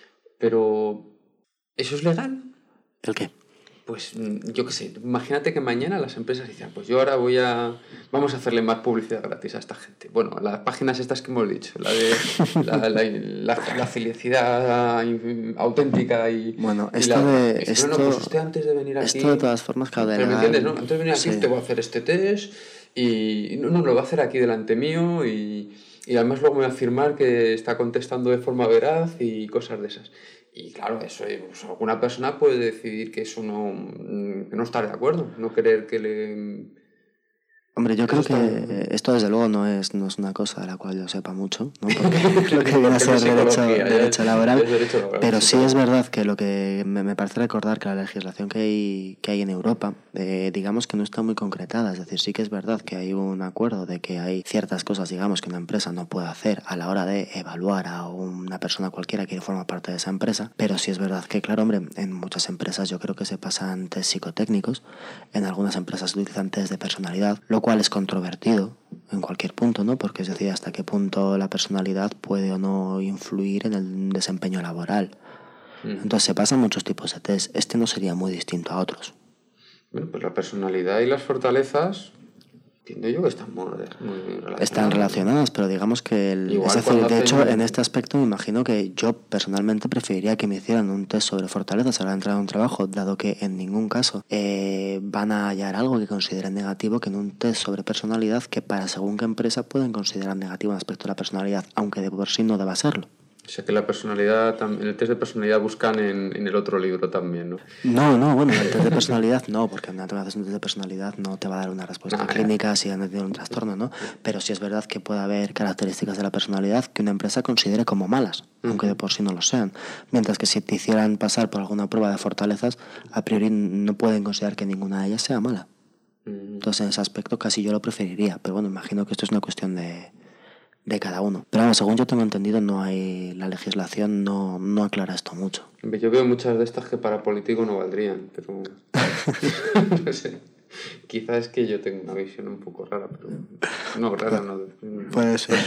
Pero, ¿eso es legal? ¿El qué? Pues yo qué sé, imagínate que mañana las empresas dicen, pues yo ahora voy a... Vamos a hacerle más publicidad gratis a esta gente. Bueno, las páginas estas que hemos dicho, la de la, la, la, la felicidad auténtica y... Bueno, y esto la, de... y, Esto, no, no, pues usted antes de venir aquí... Esto de todas formas, claro, de Pero legal, me entiendes, ¿no? Antes de venir aquí sí. te voy a hacer este test y... No, no, lo va a hacer aquí delante mío y... Y además luego me va a afirmar que está contestando de forma veraz y cosas de esas. Y claro, eso, pues, alguna persona puede decidir que eso no, que no está de acuerdo, no querer que le... Hombre, yo creo que está... esto desde luego no es, no es una cosa de la cual yo sepa mucho, ¿no? Porque lo que viene a ser derecho, derecho laboral, es derecho laboral. Pero sí es verdad que lo que me, me parece recordar que la legislación que hay, que hay en Europa, eh, digamos que no está muy concretada. Es decir, sí que es verdad que hay un acuerdo de que hay ciertas cosas, digamos, que una empresa no puede hacer a la hora de evaluar a una persona cualquiera que forma parte de esa empresa, pero sí es verdad que, claro, hombre, en muchas empresas yo creo que se pasan test psicotécnicos, en algunas empresas se utilizan test de personalidad, lo cual es controvertido en cualquier punto, ¿no? Porque es decir, hasta qué punto la personalidad puede o no influir en el desempeño laboral. Mm. Entonces se pasan muchos tipos de test. Este no sería muy distinto a otros. Bueno, pues la personalidad y las fortalezas, entiendo yo que están muy, muy relacionadas. Están relacionadas, pero digamos que... El, es decir, de hecho, en este aspecto me imagino que yo personalmente preferiría que me hicieran un test sobre fortalezas a la hora de entrar a un trabajo, dado que en ningún caso eh, van a hallar algo que consideren negativo, que en un test sobre personalidad que para según qué empresa pueden considerar negativo un aspecto de la personalidad, aunque de por sí no deba serlo. O sea que la personalidad, en el test de personalidad buscan en, en el otro libro también, ¿no? No, no, bueno, en el test de personalidad no, porque cuando te haces un test de personalidad no te va a dar una respuesta ah, clínica si han tenido un trastorno, ¿no? Pero sí es verdad que puede haber características de la personalidad que una empresa considere como malas, uh-huh. aunque de por sí no lo sean. Mientras que si te hicieran pasar por alguna prueba de fortalezas, a priori no pueden considerar que ninguna de ellas sea mala. Uh-huh. Entonces en ese aspecto casi yo lo preferiría, pero bueno, imagino que esto es una cuestión de... de cada uno. Pero bueno, según yo tengo entendido, no hay la legislación no, no aclara esto mucho. Yo veo muchas de estas que para político no valdrían, pero no sé. Quizás es que yo tengo una visión un poco rara, pero no, rara no. Puede ser.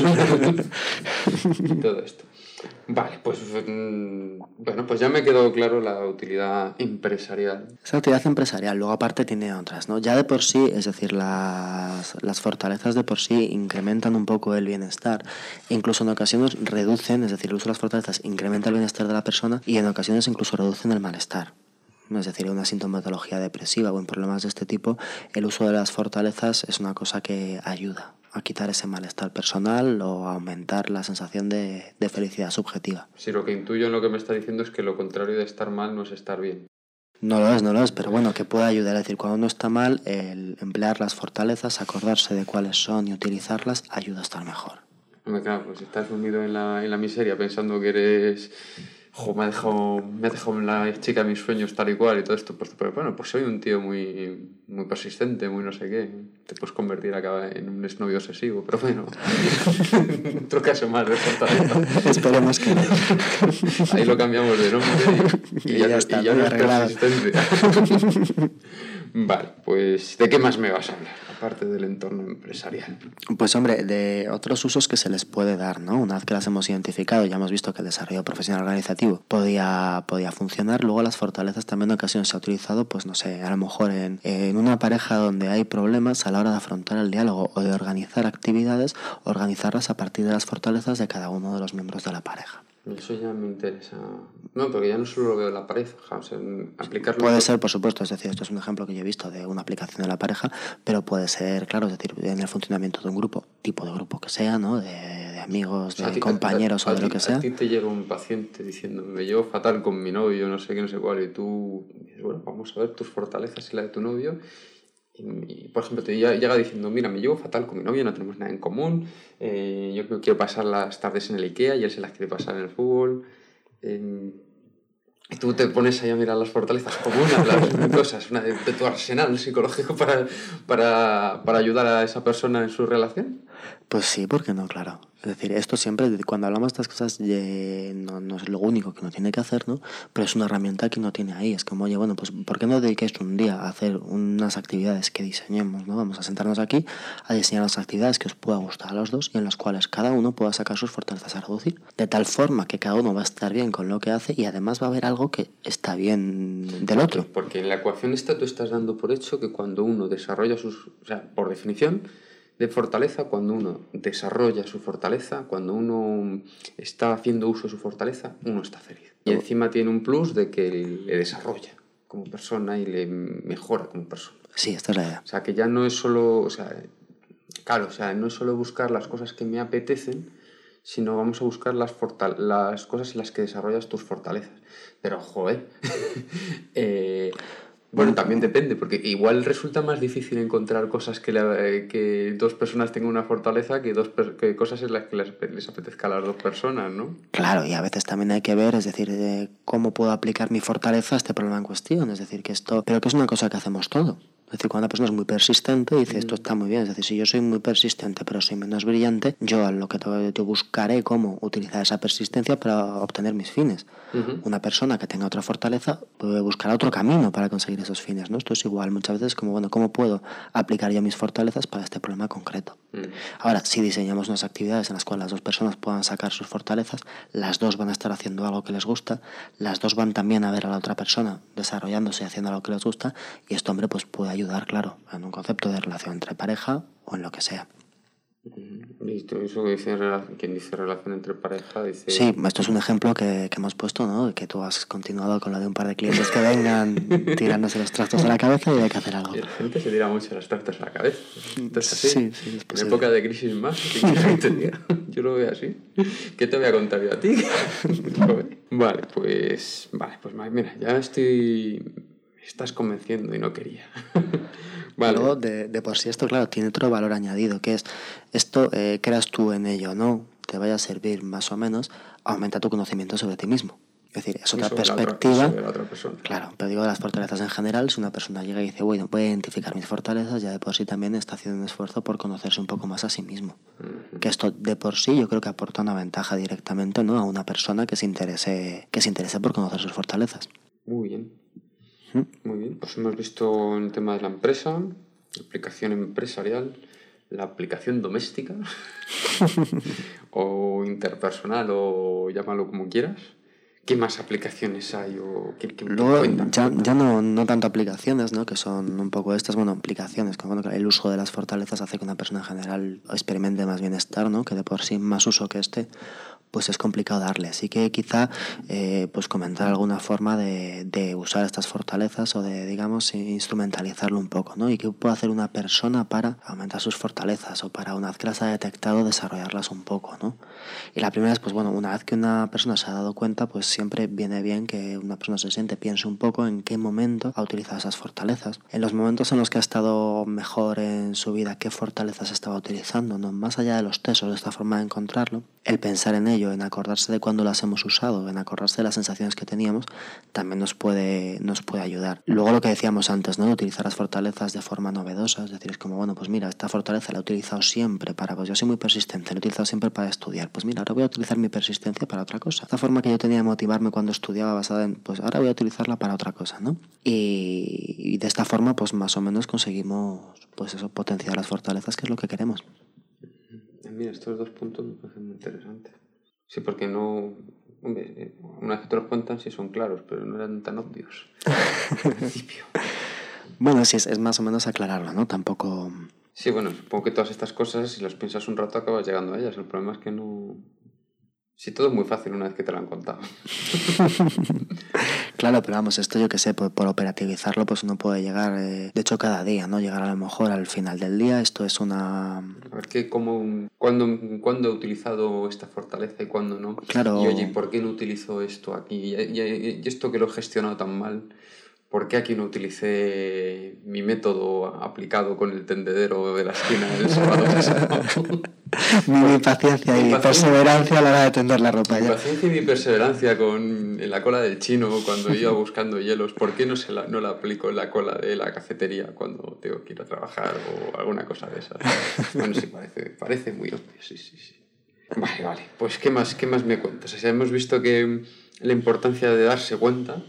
Y todo esto. Vale, pues bueno, pues ya me quedó claro la utilidad empresarial. Esa utilidad empresarial, luego aparte tiene otras, ¿no? Ya de por sí, es decir, las, las fortalezas de por sí incrementan un poco el bienestar, incluso en ocasiones reducen, es decir, el uso de las fortalezas incrementa el bienestar de la persona y en ocasiones incluso reducen el malestar. Es decir, una sintomatología depresiva o en problemas de este tipo, el uso de las fortalezas es una cosa que ayuda a quitar ese malestar personal o a aumentar la sensación de, de felicidad subjetiva. Sí, lo que intuyo en lo que me está diciendo es que lo contrario de estar mal no es estar bien. No lo es, no lo es, pero bueno, que puede ayudar. Es decir, cuando uno está mal, el emplear las fortalezas, acordarse de cuáles son y utilizarlas, ayuda a estar mejor. Hombre, claro, pues si estás sumido en la, en la miseria pensando que eres... Jo, me ha dejado, me ha dejado la chica mis sueños tal y cual y todo esto. Pues, pero bueno, pues soy un tío muy, muy persistente, muy no sé qué. Te puedes convertir acá en un exnovio obsesivo, pero bueno, otro caso más de fortaleza. Esperemos que no. Ahí lo cambiamos de nombre y, y, y ya, ya, está, y ya no es persistente. Vale, pues ¿de qué más me vas a hablar? Aparte del entorno empresarial. Pues hombre, de otros usos que se les puede dar, ¿no? Una vez que las hemos identificado, ya hemos visto que el desarrollo profesional organizativo podía, podía funcionar. Luego las fortalezas también en ocasiones se ha utilizado, pues no sé, a lo mejor en, en una pareja donde hay problemas a la hora de afrontar el diálogo o de organizar actividades, organizarlas a partir de las fortalezas de cada uno de los miembros de la pareja. Eso ya me interesa. No, porque ya no solo lo veo en la pareja, o sea, aplicarlo... Puede ser, por supuesto, es decir, esto es un ejemplo que yo he visto de una aplicación de la pareja, pero puede ser, claro, es decir, en el funcionamiento de un grupo, tipo de grupo que sea, ¿no? De, de amigos, de o sea, ti, compañeros a, a, o de lo que sea. A ti te llega un paciente diciendo, me llevo fatal con mi novio, no sé qué, no sé cuál, y tú dices, bueno, vamos a ver tus fortalezas y la de tu novio. Y, por ejemplo, te llega diciendo, mira, me llevo fatal con mi novio, no tenemos nada en común, eh, yo quiero pasar las tardes en el IKEA y él se las quiere pasar en el fútbol. Eh, Y tú te pones ahí a mirar las fortalezas como una de las cosas, una de, de tu arsenal psicológico para, para, para ayudar a esa persona en su relación. Pues sí, ¿por qué no? Claro. Es decir, esto siempre, cuando hablamos de estas cosas, eh, no, no es lo único que uno tiene que hacer, ¿no? Pero es una herramienta que uno tiene ahí. Es como, oye, bueno, pues ¿por qué no dediquéis un día a hacer unas actividades que diseñemos, ¿no? Vamos a sentarnos aquí a diseñar las actividades que os pueda gustar a los dos y en las cuales cada uno pueda sacar sus fortalezas a reducir. De tal forma que cada uno va a estar bien con lo que hace y además va a haber algo que está bien del otro. Porque en la ecuación esta tú estás dando por hecho que cuando uno desarrolla sus... O sea, por definición... de fortaleza, cuando uno desarrolla su fortaleza, cuando uno está haciendo uso de su fortaleza, uno está feliz. Y encima tiene un plus de que le desarrolla como persona y le mejora como persona. Sí, esta es la idea. O sea, que ya no es solo... O sea, claro, o sea, no es solo buscar las cosas que me apetecen, sino vamos a buscar las, fortale- las cosas en las que desarrollas tus fortalezas. Pero, joder... eh, Bueno, también depende, porque igual resulta más difícil encontrar cosas que, la, que dos personas tengan una fortaleza que, dos que cosas en las que les, les apetezca a las dos personas, ¿no? Claro, y a veces también hay que ver, es decir, de cómo puedo aplicar mi fortaleza a este problema en cuestión. Es decir, que esto, pero que es una cosa que hacemos todo. Es decir, cuando una persona es muy persistente, dice, esto está muy bien. Es decir, si yo soy muy persistente, pero soy menos brillante, yo lo que yo buscaré cómo utilizar esa persistencia para obtener mis fines. Uh-huh. Una persona que tenga otra fortaleza puede buscar otro camino para conseguir esos fines, ¿no? Esto es igual, muchas veces como, bueno, ¿cómo puedo aplicar yo mis fortalezas para este problema concreto? Uh-huh. Ahora, si diseñamos unas actividades en las cuales las dos personas puedan sacar sus fortalezas, las dos van a estar haciendo algo que les gusta, las dos van también a ver a la otra persona desarrollándose y haciendo algo que les gusta, y esto, hombre, pues puede ayudar, claro, en un concepto de relación entre pareja o en lo que sea. ¿Y eso que dice, quien dice relación entre pareja? Dice... Sí, esto es un ejemplo que, que hemos puesto, ¿no? Que tú has continuado con lo de un par de clientes que vengan tirándose los trastos a la cabeza y hay que hacer algo. Y la gente se tira mucho los trastos a la cabeza. Entonces, así, sí, sí, es en época de crisis más, ¿qué quieres que te diga? Yo lo veo así. ¿Qué te voy a contar yo a ti? Vale, pues... Vale, pues mira, ya estoy... Estás convenciendo y no quería. Vale. Luego, de, de por sí esto, claro, tiene otro valor añadido, que es esto, eh, creas tú en ello, ¿no? Te vaya a servir más o menos, aumenta tu conocimiento sobre ti mismo. Es decir, es otra perspectiva. La otra, sobre la otra persona. Claro, pero digo de las fortalezas en general, si una persona llega y dice, bueno, voy a identificar mis fortalezas, ya de por sí también está haciendo un esfuerzo por conocerse un poco más a sí mismo. Uh-huh. Que esto de por sí yo creo que aporta una ventaja directamente, ¿no? A una persona que se interese, que se interese por conocer sus fortalezas. Muy bien. Muy bien, pues hemos visto el tema de la empresa, la aplicación empresarial, la aplicación doméstica o interpersonal o llámalo como quieras. ¿Qué más aplicaciones hay? O qué, qué, Luego, qué ya, ya no, no tanto aplicaciones, ¿no? Que son un poco estas, bueno, aplicaciones, como bueno, el uso de las fortalezas hace que una persona en general experimente más bienestar, ¿no? Que de por sí más uso que este, pues es complicado darle. Así que quizá eh, pues comentar alguna forma de, de usar estas fortalezas o de, digamos, instrumentalizarlo un poco, ¿no? Y qué puede hacer una persona para aumentar sus fortalezas o para, una vez que las ha detectado, desarrollarlas un poco, ¿no? Y la primera es, pues bueno, una vez que una persona se ha dado cuenta, pues siempre viene bien que una persona se siente, piense un poco en qué momento ha utilizado esas fortalezas. En los momentos en los que ha estado mejor en su vida, qué fortalezas estaba utilizando, ¿no? Más allá de los tesos, de esta forma de encontrarlo, el pensar en ello, en acordarse de cuándo las hemos usado, en acordarse de las sensaciones que teníamos, también nos puede, nos puede ayudar. Luego lo que decíamos antes, ¿no? De utilizar las fortalezas de forma novedosa, es decir, es como, bueno, pues mira, esta fortaleza la he utilizado siempre para, pues yo soy muy persistente, la he utilizado siempre para estudiar, pues mira, ahora voy a utilizar mi persistencia para otra cosa. Esta forma que yo tenía de motivarme cuando estudiaba basada en, pues ahora voy a utilizarla para otra cosa, ¿no? Y, y de esta forma, pues más o menos conseguimos, pues eso, potenciar las fortalezas, que es lo que queremos. Mira, estos dos puntos me parecen muy interesantes. Sí, porque no... Hombre, una vez que te los cuentan sí son claros, pero no eran tan obvios al principio. Bueno, sí, es, es más o menos aclararlo, ¿no? Tampoco... Sí, bueno, supongo que todas estas cosas, si las piensas un rato, acabas llegando a ellas. El problema es que no... Sí, todo es muy fácil una vez que te lo han contado. Claro, pero vamos, esto yo que sé, por, por operativizarlo, pues uno puede llegar, eh, de hecho cada día, ¿no? Llegar a lo mejor al final del día, esto es una... A ver, ¿qué, cómo, cuándo, ¿cuándo he utilizado esta fortaleza y cuándo no? Claro. Y oye, ¿por qué no utilizo esto aquí? Y, y, y esto que lo he gestionado tan mal, ¿por qué aquí no utilicé mi método aplicado con el tendedero de la esquina el sábado pasado? Mi paciencia y mi perseverancia a la hora de tender la ropa. Mi ya. paciencia y mi perseverancia con, en la cola del chino cuando iba buscando hielos. ¿Por qué no, se la, no la aplico en la cola de la cafetería cuando tengo que ir a trabajar o alguna cosa de esas? Bueno, sí, parece, parece muy obvio, sí, sí, sí. Vale, vale. Pues, ¿qué más, qué más me cuentas? O sea, hemos visto que la importancia de darse cuenta...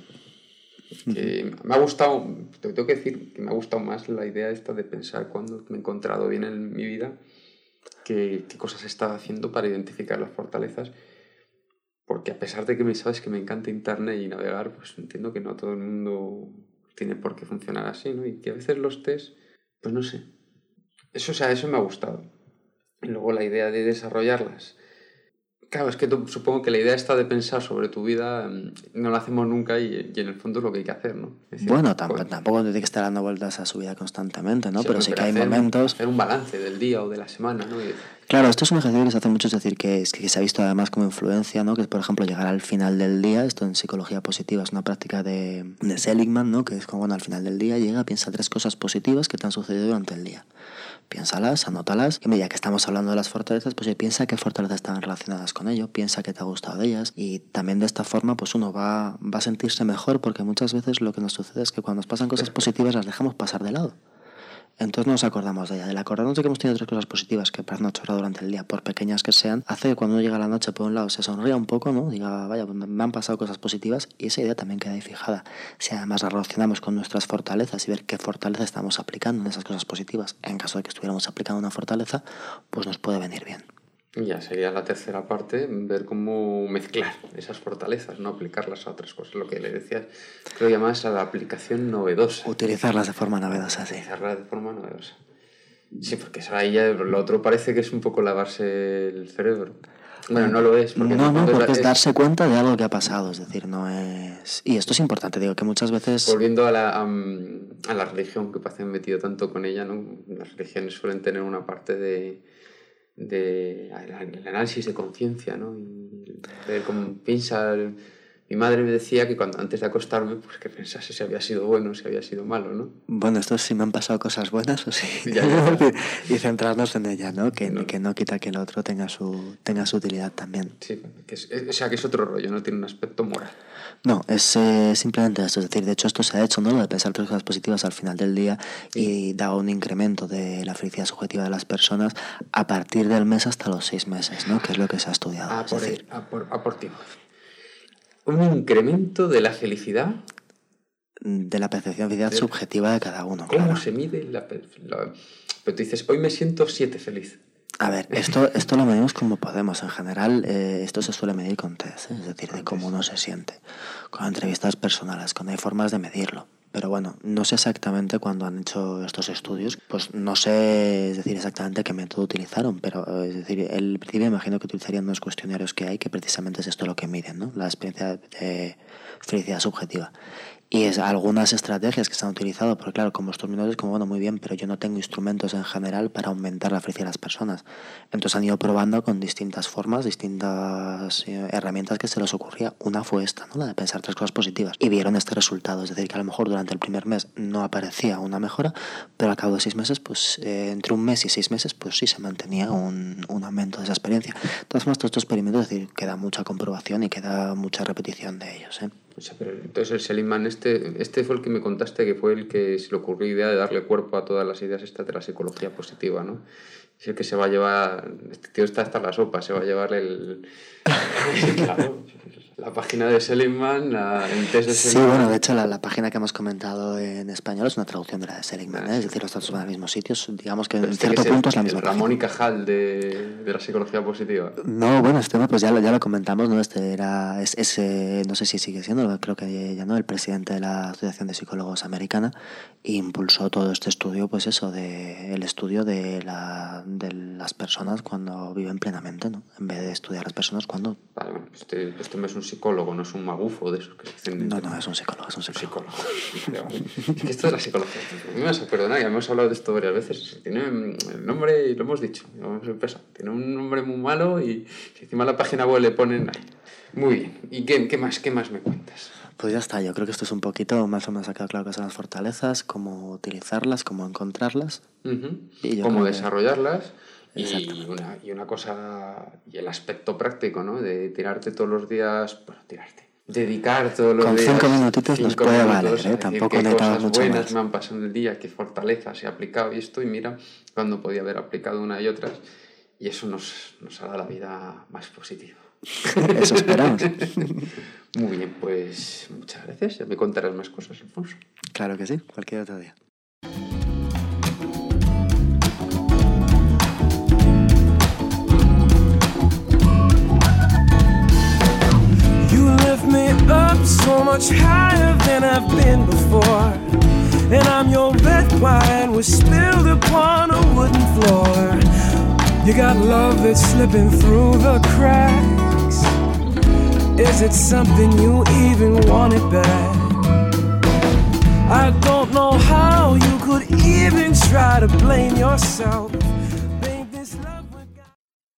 Que me ha gustado, te tengo que decir que me ha gustado más la idea esta de pensar cuando me he encontrado bien en mi vida, qué, qué cosas he estado haciendo para identificar las fortalezas, porque a pesar de que me sabes que me encanta internet y navegar, pues entiendo que no todo el mundo tiene por qué funcionar así, ¿no? Y que a veces los test, pues no sé, eso, o sea, eso me ha gustado. Y luego la idea de desarrollarlas. Claro, es que tú, supongo que la idea esta de pensar sobre tu vida no la hacemos nunca y, y en el fondo es lo que hay que hacer, ¿no? Es decir, bueno, tampoco, pues, tampoco tiene que estar dando vueltas a su vida constantemente, ¿no? sí, pero sí que hay hacer, momentos... Hacer un balance del día o de la semana, ¿no? Y... Claro, esto es un ejercicio que se hace mucho, es decir, que, es, que se ha visto además como influencia, ¿no? Que es, por ejemplo, llegar al final del día. Esto en psicología positiva es una práctica de, de Seligman, ¿no? Que es como, bueno, al final del día llega, piensa tres cosas positivas que te han sucedido durante el día. Piénsalas, anótalas, y ya que estamos hablando de las fortalezas, pues piensa qué fortalezas están relacionadas con ello, piensa qué te ha gustado de ellas, y también de esta forma pues uno va, va a sentirse mejor, porque muchas veces lo que nos sucede es que cuando nos pasan cosas positivas las dejamos pasar de lado. Entonces no nos acordamos de ella. El acordarnos de que hemos tenido tres cosas positivas que parecen una chorrada durante el día, por pequeñas que sean, hace que cuando uno llega a la noche por un lado se sonría un poco, ¿no? Diga, vaya, me han pasado cosas positivas, y esa idea también queda ahí fijada. Si además la relacionamos con nuestras fortalezas y ver qué fortaleza estamos aplicando en esas cosas positivas, en caso de que estuviéramos aplicando una fortaleza, pues nos puede venir bien. Ya sería la tercera parte, ver cómo mezclar esas fortalezas, no aplicarlas a otras cosas. Lo que le decías, creo que llamabas a la aplicación novedosa. Utilizarlas de forma novedosa, sí. Utilizarlas de forma novedosa. Sí, porque eso ahí ya, lo otro parece que es un poco lavarse el cerebro. Bueno, no lo es. Porque no, no, porque es, es darse cuenta de algo que ha pasado, es decir, no es... Y esto es importante, digo, que muchas veces... Volviendo a la, a, a la religión, que parece metido tanto con ella, ¿no? Las religiones suelen tener una parte de... de el análisis de conciencia, ¿no? Y ver cómo piensa. Mi madre me decía que cuando antes de acostarme, pues que pensase si había sido bueno o si había sido malo, ¿no? Bueno, esto sí me han pasado cosas buenas o sí. Ya, ya, ya. Y centrarnos en ella, ¿no? Que no. que no quita que el otro tenga su, tenga su utilidad también. Sí, que es, o sea, que es otro rollo, no tiene un aspecto moral. No, es eh, simplemente esto, es decir, de hecho esto se ha hecho, ¿no? Lo de pensar tres cosas positivas al final del día y da un incremento de la felicidad subjetiva de las personas a partir del mes hasta los seis meses, ¿no? Que es lo que se ha estudiado. A es por, decir, a por, a por ti. Un incremento de la felicidad. De la percepción de felicidad de... subjetiva de cada uno. ¿Cómo claro. se mide la, la... Pero tú dices, hoy me siento siete feliz. A ver, esto, esto lo medimos como podemos. En general, eh, esto se suele medir con test, ¿eh? Es decir, de cómo uno se siente. Con entrevistas personales, con hay formas de medirlo. Pero bueno, no sé exactamente cuándo han hecho estos estudios, pues no sé, es decir, exactamente qué método utilizaron, pero es decir, el principio imagino que utilizarían unos cuestionarios que hay, que precisamente es esto lo que miden, ¿no? La experiencia de felicidad subjetiva. Y es algunas estrategias que se han utilizado, porque claro, como estos minutos es como, bueno, muy bien, pero yo no tengo instrumentos en general para aumentar la felicidad de las personas. Entonces han ido probando con distintas formas, distintas eh, herramientas que se les ocurría. Una fue esta, ¿no? La de pensar tres cosas positivas. Y vieron este resultado, es decir, que a lo mejor durante el primer mes no aparecía una mejora, pero al cabo de seis meses, pues eh, entre un mes y seis meses, pues sí se mantenía un, un aumento de esa experiencia. De todas formas, todos estos experimentos, es decir, queda mucha comprobación y queda mucha repetición de ellos, ¿eh? O sea, pero entonces el Seligman este, este fue el que me contaste que fue el que se le ocurrió la idea de darle cuerpo a todas las ideas estas de la psicología positiva, ¿no? Es el que se va a llevar, este tío está hasta la sopa, se va a llevar el... claro, la página de Seligman, la, el test de Seligman. Sí, bueno, de hecho la, la página que hemos comentado en español es una traducción de la de Seligman, ¿eh? Es decir, los datos van al mismo sitio, digamos que en cierto punto es la misma página. Ramón y Cajal de, de la psicología positiva. No, bueno, este tema pues ya lo, ya lo comentamos, ¿no? Este era, es, es eh, no sé si sigue siendo, creo que ya no, el presidente de la Asociación de Psicólogos Americana, impulsó todo este estudio, pues eso, de el estudio de, la, de las personas cuando viven plenamente, ¿no? En vez de estudiar las personas cuando... Vale, bueno, este, este no es un psicólogo, no es un magufo de esos que dicen... No, no, es un psicólogo, es un psicólogo. psicólogo. Vale, vale. Esto es la psicología. No me vas a perdonar, ya hemos hablado de esto varias veces. Tiene el nombre, y lo hemos dicho, lo hemos empezado, tiene un nombre muy malo y encima en la página web le ponen... Muy bien. ¿Y qué, qué más, qué más me cuentas? Pues ya está, yo creo que esto es un poquito, más o menos ha quedado claro que son las fortalezas, cómo utilizarlas, cómo encontrarlas. Uh-huh. Y yo cómo creo que- desarrollarlas. Y una, y una cosa, y el aspecto práctico, ¿no? De tirarte todos los días, bueno, tirarte, dedicar todos los Con días. cinco minutitos nos cinco puede minutos valer, a ¿eh? decir Tampoco qué necesitamos cosas mucho buenas más. me han pasado en el día, qué fortalezas he aplicado y esto, y mira, cuando podía haber aplicado una y otras, y eso nos, nos hará la vida más positiva. Eso esperamos. Muy bien, pues muchas gracias. Ya me contarás más cosas, Alfonso. Claro que sí, cualquier otro día. You lift me up so much higher than I've been before. And I'm your red wine was spilled upon a wooden floor. You got love that's slipping through the cracks. Is it something you even want it back? I don't know how you could even try to blame yourself.